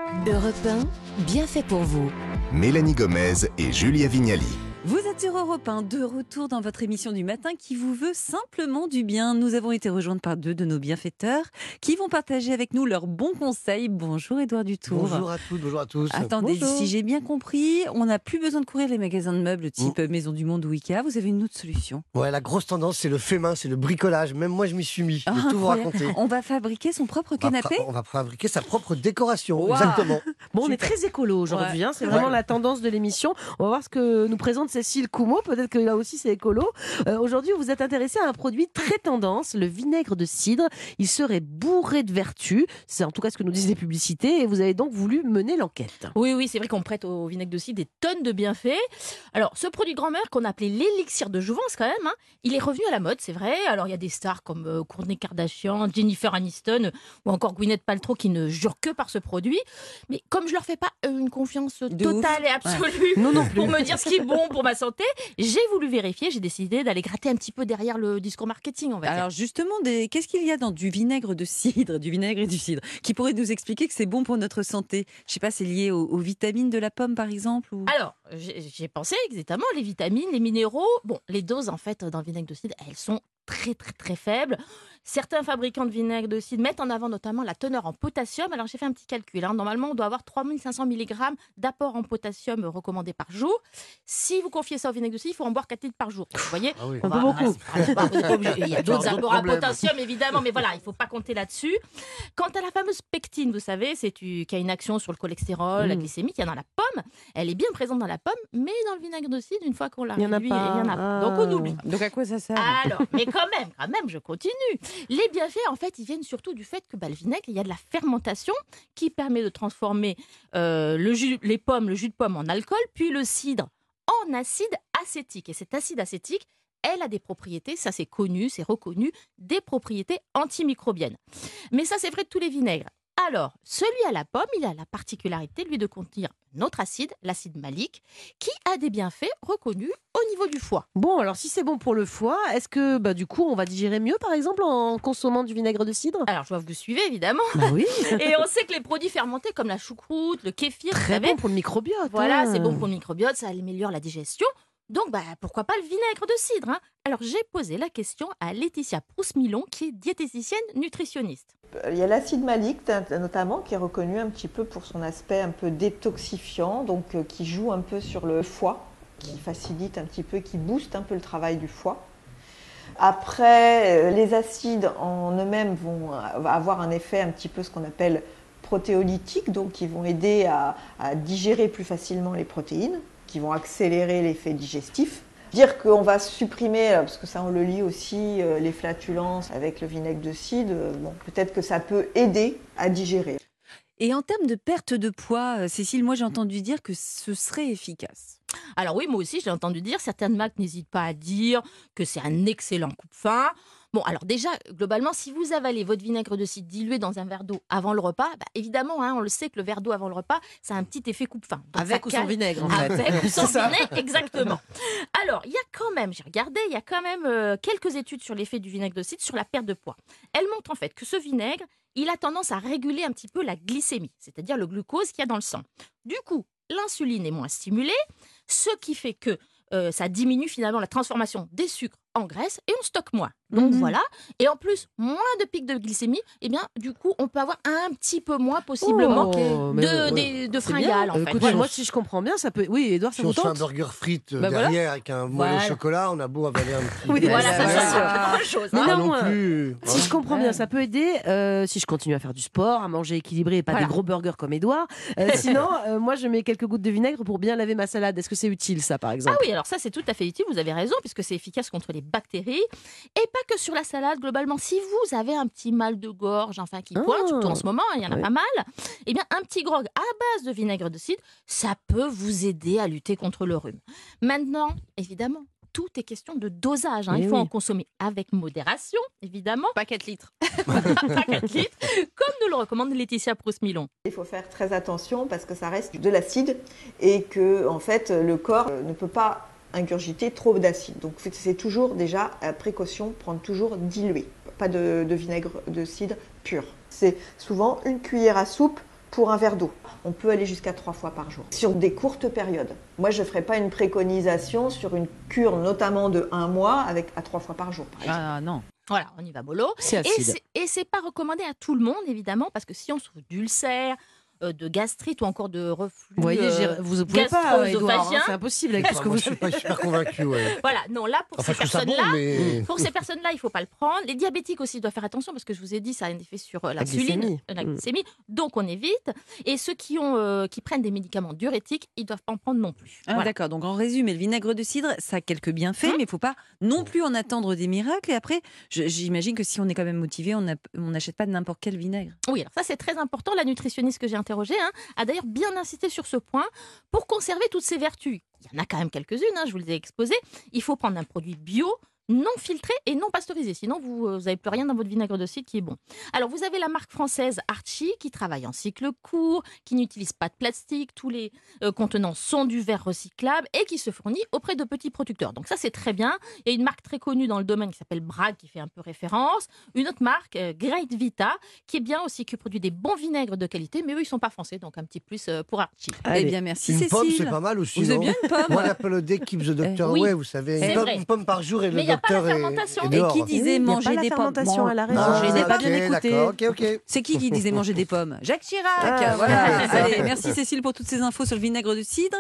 Europe 1, bien fait pour vous. Mélanie Gomez et Julia Vignali. Vous êtes sur Europe 1, de retour dans votre émission du matin qui vous veut simplement du bien. Nous avons été rejointes par deux de nos bienfaiteurs qui vont partager avec nous leurs bons conseils. Bonjour Édouard Dutour. Bonjour à toutes, bonjour à tous. Attendez, Bonjour. si j'ai bien compris, on n'a plus besoin de courir les magasins de meubles type Maison du Monde ou Ikea. Vous avez une autre solution. Ouais, la grosse tendance, c'est le fait main, c'est le bricolage. Même moi, je m'y suis mis. Je vais tout vous raconter. On va fabriquer son propre canapé. On va fabriquer sa propre décoration. Wow. Exactement. Bon, on est très écolo aujourd'hui, c'est vraiment la tendance de l'émission. On va voir ce que nous présente Cécile Coumeau, peut-être que là aussi c'est écolo. Aujourd'hui, vous êtes intéressé à un produit très tendance, le vinaigre de cidre. Il serait bourré de vertus, c'est en tout cas ce que nous disent les publicités, et vous avez donc voulu mener l'enquête. Oui, c'est vrai qu'on prête au vinaigre de cidre des tonnes de bienfaits. Alors, ce produit grand-mère qu'on appelait l'élixir de jouvence quand même, il est revenu à la mode, c'est vrai. Alors, il y a des stars comme Kourtney Kardashian, Jennifer Aniston ou encore Gwyneth Paltrow qui ne jurent que par ce produit. Mais comme je leur fais pas une confiance totale et absolue pour me dire ce qui est bon pour ma santé, j'ai voulu vérifier, j'ai décidé d'aller gratter un petit peu derrière le discours marketing, on va dire. Alors justement, qu'est-ce qu'il y a dans du vinaigre de cidre, du vinaigre et du cidre, qui pourrait nous expliquer que c'est bon pour notre santé? Je sais pas, c'est lié aux vitamines de la pomme par exemple ou... Alors, j'ai pensé exactement, les vitamines, les minéraux. Bon, les doses en fait dans le vinaigre de cidre, elles sont très faibles. Certains fabricants de vinaigre de cidre mettent en avant notamment la teneur en potassium. Alors j'ai fait un petit calcul. Normalement, on doit avoir 3500 mg d'apport en potassium recommandé par jour. Si vous confiez ça au vinaigre de cidre, il faut en boire 4 litres par jour. Vous voyez, un peu beaucoup. Il y a d'autres apports en potassium évidemment, mais voilà, il ne faut pas compter là-dessus. Quant à la fameuse pectine, vous savez, qui a une action sur le cholestérol, la glycémie, qui est dans la pomme. Elle est bien présente dans la pomme, mais dans le vinaigre de cidre, une fois qu'on l'a réduit, il y en a pas. Donc on oublie. Donc à quoi ça sert? Alors, mais quand même, je continue. Les bienfaits, en fait, ils viennent surtout du fait que le vinaigre, il y a de la fermentation qui permet de transformer le jus de pomme en alcool, puis le cidre en acide acétique. Et cet acide acétique, elle a des propriétés, ça c'est connu, c'est reconnu, des propriétés antimicrobiennes. Mais ça, c'est vrai de tous les vinaigres. Alors, celui à la pomme, il a la particularité, lui, de contenir un autre acide, l'acide malique, qui a des bienfaits reconnus au niveau du foie. Bon, alors si c'est bon pour le foie, est-ce que du coup on va digérer mieux par exemple en consommant du vinaigre de cidre? Alors, je vois que vous suivez évidemment. Oui. Et on sait que les produits fermentés comme la choucroute, le kéfir, vous Très savez, bon pour le microbiote. voilà, c'est bon pour le microbiote, ça améliore la digestion. Donc, pourquoi pas le vinaigre de cidre, Alors, j'ai posé la question à Laetitia Proust-Milon, qui est diététicienne nutritionniste. Il y a l'acide malique, notamment, qui est reconnu un petit peu pour son aspect un peu détoxifiant, donc qui joue un peu sur le foie, qui facilite un petit peu, qui booste un peu le travail du foie. Après, les acides en eux-mêmes vont avoir un effet un petit peu ce qu'on appelle protéolytique, donc qui vont aider à digérer plus facilement les protéines, qui vont accélérer l'effet digestif. Dire qu'on va supprimer, parce que ça on le lit aussi, les flatulences avec le vinaigre de cidre, peut-être que ça peut aider à digérer. Et en termes de perte de poids, Cécile, moi j'ai entendu dire que ce serait efficace. Alors oui, moi aussi j'ai entendu dire, certaines marques n'hésitent pas à dire que c'est un excellent coupe-faim. Bon, alors déjà, globalement, si vous avalez votre vinaigre de cidre dilué dans un verre d'eau avant le repas, évidemment, on le sait que le verre d'eau avant le repas, ça a un petit effet coupe-faim. Donc, avec ou sans vinaigre, en fait. Avec ou sans vinaigre, exactement. Alors, il y a quand même, j'ai regardé, il y a quand même quelques études sur l'effet du vinaigre de cidre sur la perte de poids. Elles montrent en fait que ce vinaigre, il a tendance à réguler un petit peu la glycémie, c'est-à-dire le glucose qu'il y a dans le sang. Du coup, l'insuline est moins stimulée, ce qui fait que ça diminue finalement la transformation des sucres en graisse et on stocke moins. Donc voilà. Et en plus, moins de pics de glycémie, et bien du coup, on peut avoir un petit peu moins possiblement de fringales. En fait. Écoutez, moi, si je comprends bien, ça peut. Oui, Édouard, ça Si vous on se fait un tente? burger frites derrière avec un moelleux au chocolat, on a beau avaler un petit Oui, peu. Voilà, ça c'est c'est pas grand-chose. Mais Ah, non, non plus. Si je comprends bien, ça peut aider si je continue à faire du sport, à manger équilibré et pas des gros burgers comme Édouard. Sinon, moi, je mets quelques gouttes de vinaigre pour bien laver ma salade. Est-ce que c'est utile, ça, par exemple? Ah oui, alors ça c'est tout à fait utile, vous avez raison, puisque c'est efficace contre les bactéries. Et pas que sur la salade, globalement. Si vous avez un petit mal de gorge, qui pointe, surtout en ce moment, il y en a pas mal, eh bien un petit grog à base de vinaigre de cidre, ça peut vous aider à lutter contre le rhume. Maintenant, évidemment, tout est question de dosage. Il faut en consommer avec modération, évidemment. Pas 4 litres. Pas 4 litres, comme nous le recommande Laetitia Proust-Milon. Il faut faire très attention parce que ça reste de l'acide et que en fait, le corps ne peut pas ingurgiter trop d'acide. Donc c'est toujours déjà à précaution, prendre toujours dilué, pas de vinaigre de cidre pur. C'est souvent une cuillère à soupe pour un verre d'eau. On peut aller jusqu'à 3 fois par jour, sur des courtes périodes. Moi, je ne ferai pas une préconisation sur une cure, notamment de 1 mois, à 3 fois par jour, par exemple. Ah non. Voilà, on y va mollo. C'est acide. Et c'est pas recommandé à tout le monde, évidemment, parce que si on souffre d'ulcères, de gastrite ou encore de reflux Vous voyez, vous ne pouvez pas, Édouard, gastro-œsophagien. c'est impossible avec tout ce que Moi, vous je suis pas super convaincu. Ouais. Voilà, non, là, pour Enfin, ces je trouve ça bon, personnes-là, mais... pour ces personnes-là, il ne faut pas le prendre. Les diabétiques aussi doivent faire attention parce que je vous ai dit, ça a un effet sur La l'insuline, glycémie. la glycémie. Donc, on évite. Et ceux qui prennent des médicaments diurétiques, ils ne doivent pas en prendre non plus. Ah, Voilà. d'accord, donc en résumé, le vinaigre de cidre, ça a quelques bienfaits, mais il ne faut pas non plus en attendre des miracles. Et après, j'imagine que si on est quand même motivé, on n'achète pas de n'importe quel vinaigre. Oui, alors ça c'est très important. La nutritionniste que j'ai interrogée a d'ailleurs bien insisté sur ce point. Pour conserver toutes ces vertus, il y en a quand même quelques-unes, je vous les ai exposées, il faut prendre un produit bio, non filtré et non pasteurisé. Sinon, vous n'avez plus rien dans votre vinaigre de cidre qui est bon. Alors, vous avez la marque française Archie qui travaille en cycle court, qui n'utilise pas de plastique, tous les contenants sont du verre recyclable et qui se fournit auprès de petits producteurs. Donc ça, c'est très bien. Il y a une marque très connue dans le domaine qui s'appelle Bragg qui fait un peu référence. Une autre marque, Great Vita, qui est bien aussi, qui produit des bons vinaigres de qualité, mais eux, ils ne sont pas français, donc un petit plus pour Archie. Eh bien, merci Une Cécile. pomme, c'est pas mal aussi. Vous avez non bien une pomme. Moi, l'Apple Day keeps the doctor Oui, away, vous savez. c'est vrai. Une pomme par jour et Mais le il n'y a pas la docteur fermentation. est Et dehors. qui disait il n'y a manger pas la des pommes fermentation à l'arrêt. Manger Je des n'ai pas pommes. bien écouté. D'accord, ok. C'est qui disait manger des pommes? Jacques Chirac. Ah, Voilà. c'est ça. Allez, merci Cécile pour toutes ces infos sur le vinaigre de cidre.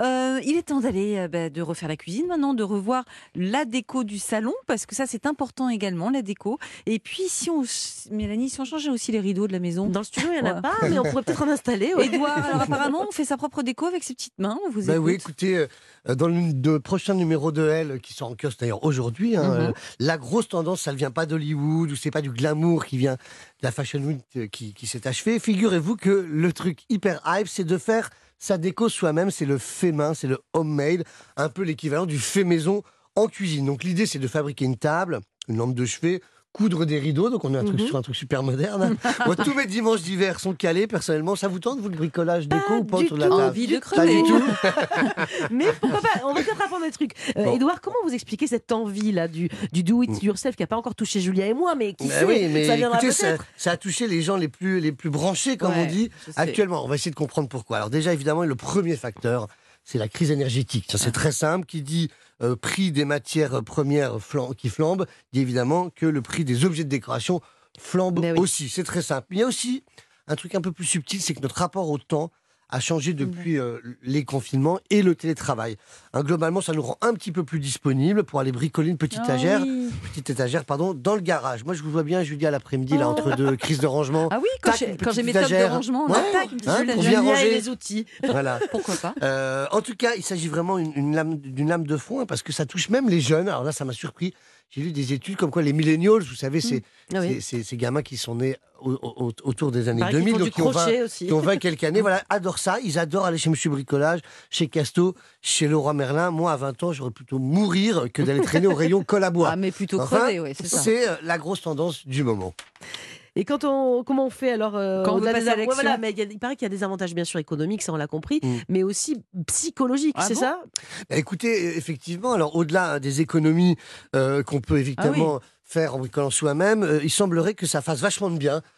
Il est temps d'aller de refaire la cuisine maintenant, de revoir la déco du salon parce que ça c'est important également, la déco. Et puis Mélanie, si on changeait aussi les rideaux de la maison. Dans le studio, il n'y en a Ouais. pas, mais on pourrait peut-être en installer. Ouais. Édouard, alors apparemment on fait sa propre déco avec ses petites mains. On vous Ben écoute. oui, écoutez, dans le prochain numéro de Elle, qui sort en kiosque d'ailleurs aujourd'hui, la grosse tendance, ça ne vient pas d'Hollywood, ou c'est pas du glamour qui vient de la Fashion Week qui s'est achevée. Figurez-vous que le truc hyper hype, c'est de faire sa déco soi-même, c'est le fait main, c'est le homemade, un peu l'équivalent du fait maison en cuisine. Donc l'idée, c'est de fabriquer une table, une lampe de chevet, coudre des rideaux, donc on est sur un truc super moderne. Moi, tous mes dimanches d'hiver sont calés, personnellement. Ça vous tente, vous, le bricolage déco ou pas du autour de la tout. table? Envie de Pas crever. du tout. Mais pourquoi pas? On va peut-être apprendre des trucs. Bon. Édouard, comment vous expliquez cette envie là du do it yourself qui n'a pas encore touché Julia et moi, mais qui Ben sait, oui, mais ça viendra écoutez, peut-être. ça a touché les gens les plus branchés, comme Ouais, on dit, je sais. actuellement. On va essayer de comprendre pourquoi. Alors déjà, évidemment, le premier facteur, c'est la crise énergétique. Ça, c'est très simple. Qui dit prix des matières premières qui flambent, dit évidemment que le prix des objets de décoration flambe Ben oui. aussi. C'est très simple. Il y a aussi un truc un peu plus subtil, c'est que notre rapport au temps a changé depuis les confinements et le télétravail. Globalement, ça nous rend un petit peu plus disponibles pour aller bricoler une petite étagère dans le garage. Moi, je vous vois bien, Julia, l'après-midi, là, entre deux crises de rangement. Ah oui, quand Tac, une j'ai petite mes tables de étagère. rangement, on Ouais, attaque une petite hein, étagère. pour bien Julia ranger. et les outils. Voilà. Pourquoi pas? En tout cas, il s'agit vraiment d'une lame de fond, parce que ça touche même les jeunes. Alors là, ça m'a surpris. J'ai lu des études comme quoi les millennials, vous savez, c'est Ah oui. ces gamins qui sont nés autour des années Pareil qu'ils 2000, font donc du qui ont 20, crochet aussi. qui ont 20 quelques années, voilà, adorent ça. Ils adorent aller chez Monsieur Bricolage, chez Casto, chez Leroy Merlin. Moi, à 20 ans, j'aurais plutôt mourir que d'aller traîner au rayon colle à bois. Ah, mais plutôt Enfin, crever, oui, c'est ça. c'est la grosse tendance du moment. Et comment on fait alors Quand on veut au-delà passer des à l'action. voilà, mais il paraît qu'il y a des avantages bien sûr économiques, ça on l'a compris, Mm. mais aussi psychologiques, Ah c'est bon ça? Bah, écoutez, effectivement, alors au-delà des économies qu'on peut évidemment faire en bricolant soi-même, il semblerait que ça fasse vachement de bien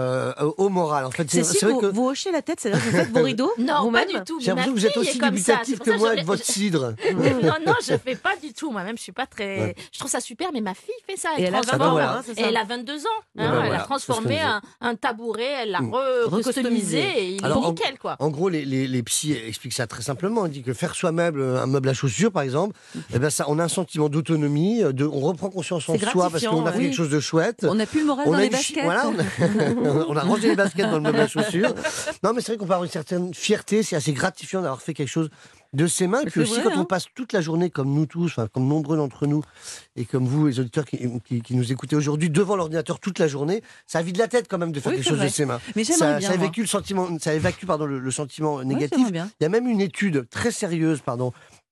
au moral. En fait, Cécile, vrai que vous hochez la tête, c'est-à-dire que vous faites vos rideaux Non, vous-même? pas du tout. j'ai Ma l'impression que vous êtes fille aussi est comme ça. dubitatif C'est pour que ça moi je avec l'ai- votre cidre. Non, je fais pas du tout. Moi-même, je suis pas très. Ouais. Je trouve ça super, mais ma fille fait ça. Et elle a transforme- 20 ans, voilà. hein, c'est Et ça? elle a 22 ans. Ouais, Elle voilà, a transformé c'est ce que un tabouret, elle l'a Mm. recustomisé et il Alors, est nickel, quoi. En gros, les psys expliquent ça très simplement. On dit que faire soi-même un meuble à chaussures, par exemple, eh ben ça, on a un sentiment d'autonomie, on reprend conscience en C'est soi parce gratifiant, qu'on a fait oui. quelque chose de chouette. On n'a plus le moral dans a les une baskets. voilà, on a rangé les baskets dans le meuble à chaussures. Non, mais c'est vrai qu'on peut avoir une certaine fierté, c'est assez gratifiant d'avoir fait quelque chose de ses mains. Et puis C'est aussi, vrai, quand on passe toute la journée, comme nous tous, enfin, comme nombreux d'entre nous, et comme vous, les auditeurs qui nous écoutez aujourd'hui, devant l'ordinateur toute la journée, ça vide la tête quand même de faire Oui, quelque c'est chose vrai. de ses mains. Mais j'aimerais bien. Ça moi. évacue le sentiment, le sentiment Ouais, négatif. j'aimerais bien. Il y a même une étude très sérieuse,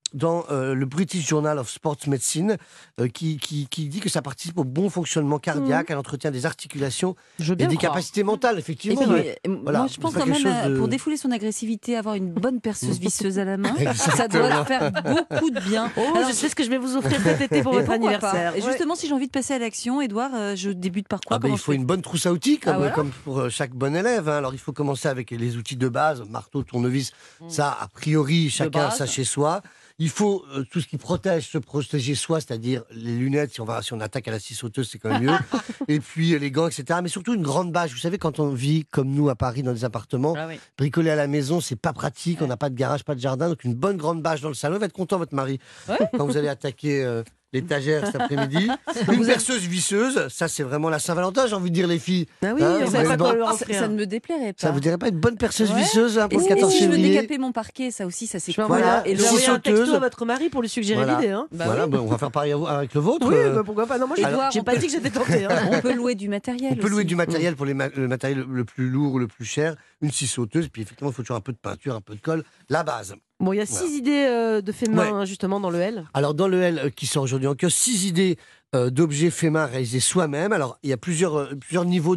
dans le British Journal of Sports Medicine qui dit que ça participe au bon fonctionnement cardiaque, à l'entretien des articulations Je veux et bien des croire. capacités mentales, effectivement. Moi, je pense c'est pas quand même, quelque chose de- pour défouler son agressivité, avoir une bonne perceuse visseuse à la main, ça Exactement. doit faire beaucoup de bien. Oh, Alors, je sais ce que je vais vous offrir cet été pour votre pourquoi anniversaire. pas. Et justement, si j'ai envie de passer à l'action, Édouard, je débute par quoi? Ah ben, Comment il je faut fais une bonne trousse à outils, comme, Ah, voilà. comme pour chaque bon élève. Hein. Alors, il faut commencer avec les outils de base, marteau, tournevis. Ça, a priori, chacun a base. ça chez soi. Il faut tout ce qui protège, se protéger soi, c'est-à-dire les lunettes. Si on attaque à la scie sauteuse, c'est quand même mieux. Et puis les gants, etc. Mais surtout une grande bâche. Vous savez, quand on vit comme nous à Paris dans des appartements, Ah oui. bricoler à la maison, c'est pas pratique. On n'a pas de garage, pas de jardin. Donc une bonne grande bâche dans le salon. Il va être content, votre mari, quand vous allez attaquer l'étagère cet après-midi. Une perceuse visseuse, ça c'est vraiment la Saint-Valentin, j'ai envie de dire, les filles. Ah oui, Hein, on vous savait avez pas le quoi bon- leur Ça, offrir. ça ne me déplairait pas. Ça vous dirait pas une bonne perceuse Ouais. visseuse hein, Et pour si, le et 14 si je veux février décaper mon parquet, ça aussi, ça c'est Je vais cool. envoyer, Et je vais le envoyer un texto sauteuse. à votre mari pour lui suggérer Voilà. l'idée. Hein. Bah Voilà, oui. ben, on va faire pareil avec le vôtre. Oui, bah pourquoi pas. Non, moi, Édouard, j'ai on pas peut- dit que j'étais tentée. Hein. On peut louer du matériel. On peut louer aussi. du matériel pour le matériel le plus lourd ou le plus cher, une scie sauteuse, puis effectivement il faut toujours un peu de peinture, un peu de colle, la base. Bon, il y a 6 idées de faits main, justement, dans le L. Alors dans le L qui sort aujourd'hui en kiosque, 6 idées d'objets faits main réalisés soi-même. Alors il y a plusieurs niveaux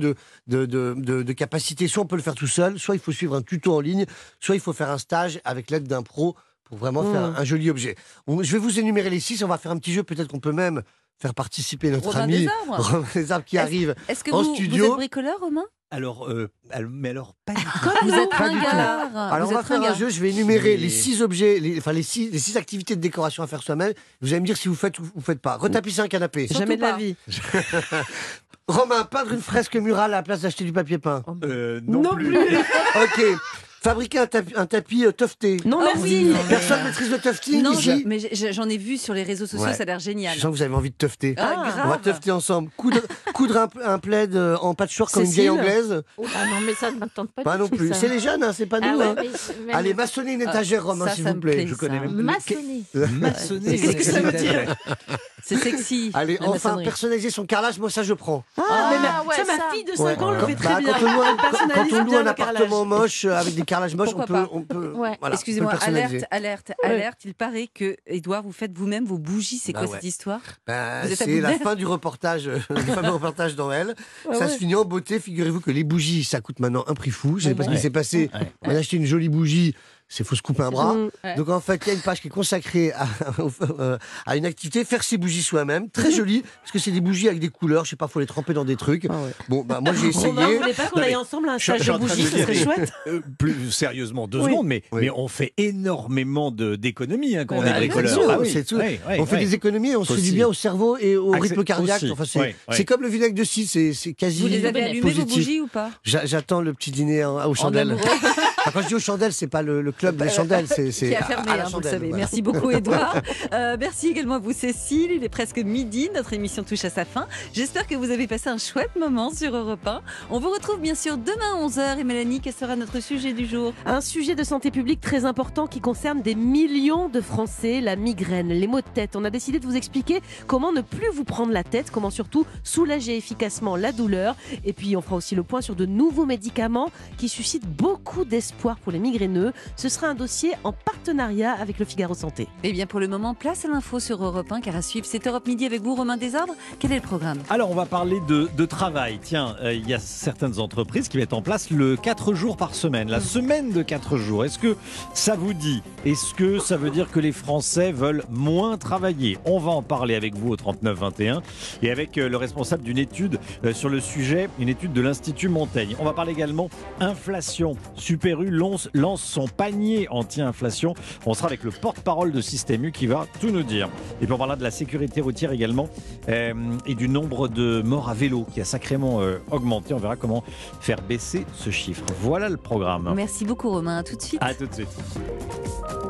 de capacité. Soit on peut le faire tout seul, soit il faut suivre un tuto en ligne, soit il faut faire un stage avec l'aide d'un pro pour vraiment faire un joli objet. Je vais vous énumérer les 6, on va faire un petit jeu, peut-être qu'on peut même faire participer notre Robin ami Desarbres. Robin Desarbres qui arrive. Est-ce que en vous studio. êtes bricoleur, Romain? Alors, mais alors, pas du tout. Vous êtes Pas du tout. ringard. Alors Vous on va êtes faire un ringard. jeu, je vais énumérer Mais- les 6 objets, les 6 activités de décoration à faire soi-même. Vous allez me dire si vous faites ou vous faites pas. Retapisser un canapé. Surtout Jamais de la pas. vie. Romain, peindre une fresque murale à la place d'acheter du papier peint. Non, plus. Ok. Fabriquer un tapis tufté. Non, Ah merci. oui. Personne maîtrise le tufting Non, ici. mais j'en ai vu sur les réseaux sociaux, Ouais. ça a l'air génial. Je sens que vous avez envie de tufter. Ah, On va grave. tufter ensemble. Coudre un plaid en patchwork comme une vieille Cécile. anglaise. Ah non, mais ça ne m'attend pas Pas du non tout, plus. ça. C'est les jeunes, hein, c'est pas Ah nous. ouais, hein. mais- Allez, maçonner une étagère, Romain, ça, s'il ça vous me plaît. plaît, Je connais ça. même Maçonner. Maçonner. Qu'est-ce que ça veut dire? C'est sexy. Allez, la enfin, maçonnerie. personnaliser son carrelage, moi ça je prends. Ah, mais ouais, ça, ma ça. fille de 5 ans le Quand- fait très bah, bien. Quand on loue un, Elle personnalise quand on loue bien un le carrelage. appartement moche avec des carrelages moches, Pourquoi on peut Ouais. voilà, Excusez-moi, on peut le personnaliser. alerte. Il paraît que, Édouard, vous faites vous-même vos bougies. C'est Bah quoi ouais. cette histoire? Ben, Vous êtes à c'est bout la d'air fin du reportage, le fameux reportage dans Elle. Ah Ça ouais. se finit en beauté. Figurez-vous que les bougies, ça coûte maintenant un prix fou. Je sais pas ce qui Ouais. s'est passé. Ouais. On a acheté une jolie bougie. C'est faut se couper un bras. Ouais. Donc en fait, il y a une page qui est consacrée à une activité, faire ses bougies soi-même. Très jolie, parce que c'est des bougies avec des couleurs. Je sais pas, faut les tremper dans des trucs. Ah ouais. Bon, bah moi j'ai essayé. Romain, vous voulez pas qu'on Non, aille mais ensemble à un je suis stage de en train de bougie, ça dire, serait mais- chouette. Plus sérieusement, 2 Oui. secondes, mais Oui. on fait énormément d'économies hein, quand on Ouais, est bien bricoleur. sûr, Ah oui, c'est tout. ouais, ouais, On fait ouais. des économies, et on se fait du Aussi. bien au cerveau et au rythme cardiaque. aussi. Enfin, c'est Ouais, ouais. c'est comme le vinaigre de cidre, c'est quasi Vous les avez allumées, vos positif. bougies, ou pas? J'attends le petit dîner aux En chandelles. amoureux. Enfin, quand je dis aux chandelles, c'est pas le club des chandelles, c'est Qui a fermé, à la hein, vous le chandelle, savez. voilà. Merci beaucoup, Édouard. Merci également à vous, Cécile. Il est presque midi. Notre émission touche à sa fin. J'espère que vous avez passé un chouette moment sur Europe 1. On vous retrouve bien sûr demain à 11h. Et Mélanie, quel sera notre sujet du jour? Un sujet de santé publique très important qui concerne des millions de Français, la migraine, les maux de tête. On a décidé de vous expliquer comment ne plus vous prendre la tête, comment surtout soulager efficacement la douleur. Et puis on fera aussi le point sur de nouveaux médicaments qui suscitent beaucoup d'espoir pour les migraineux. Ce sera un dossier en partenariat avec le Figaro Santé. Eh bien, pour le moment, place à l'info sur Europe 1, car à suivre, c'est Europe Midi avec vous, Romain Desarbres. Quel est le programme? Alors, on va parler de travail. Tiens, il y a certaines entreprises qui mettent en place le 4 jours par semaine. La semaine de 4 jours. Est-ce que ça vous dit? Est-ce que ça veut dire que les Français veulent moins travailler? On va en parler avec vous au 39-21 et avec le responsable d'une étude sur le sujet, une étude de l'Institut Montaigne. On va parler également inflation. Super U lance son panier anti-inflation. On sera avec le porte-parole de Système U qui va tout nous dire. Et puis on parlera de la sécurité routière également et du nombre de morts à vélo qui a sacrément augmenté. On verra comment faire baisser ce chiffre. Voilà le programme. Merci beaucoup, Romain. À tout de suite. À tout de suite.